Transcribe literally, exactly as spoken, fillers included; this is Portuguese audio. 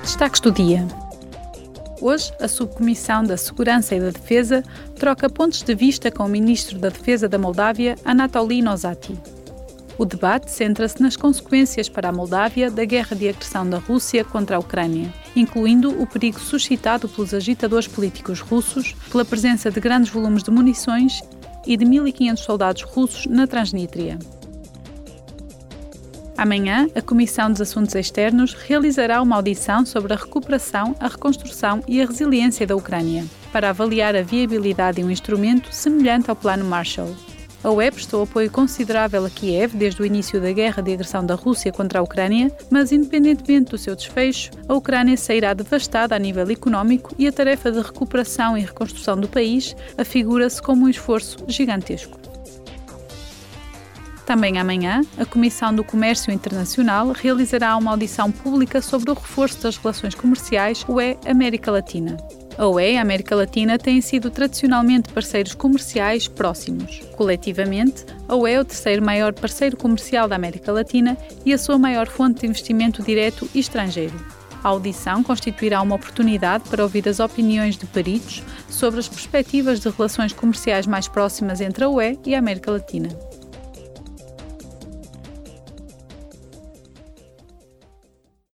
Destaques do dia. Hoje, a Subcomissão da Segurança e da Defesa troca pontos de vista com o Ministro da Defesa da Moldávia, Anatoly Nosati. O debate centra-se nas consequências para a Moldávia da guerra de agressão da Rússia contra a Ucrânia, incluindo o perigo suscitado pelos agitadores políticos russos, pela presença de grandes volumes de munições e de mil e quinhentos soldados russos na Transnistria. Amanhã, a Comissão dos Assuntos Externos realizará uma audição sobre a recuperação, a reconstrução e a resiliência da Ucrânia, para avaliar a viabilidade de um instrumento semelhante ao Plano Marshall. A U E prestou apoio considerável a Kiev desde o início da guerra de agressão da Rússia contra a Ucrânia, mas independentemente do seu desfecho, a Ucrânia sairá devastada a nível económico e a tarefa de recuperação e reconstrução do país afigura-se como um esforço gigantesco. Também amanhã, a Comissão do Comércio Internacional realizará uma audição pública sobre o reforço das relações comerciais U E-América Latina. A U E e a América Latina têm sido tradicionalmente parceiros comerciais próximos. Coletivamente, a U E é o terceiro maior parceiro comercial da América Latina e a sua maior fonte de investimento direto e estrangeiro. A audição constituirá uma oportunidade para ouvir as opiniões de peritos sobre as perspectivas de relações comerciais mais próximas entre a U E e a América Latina.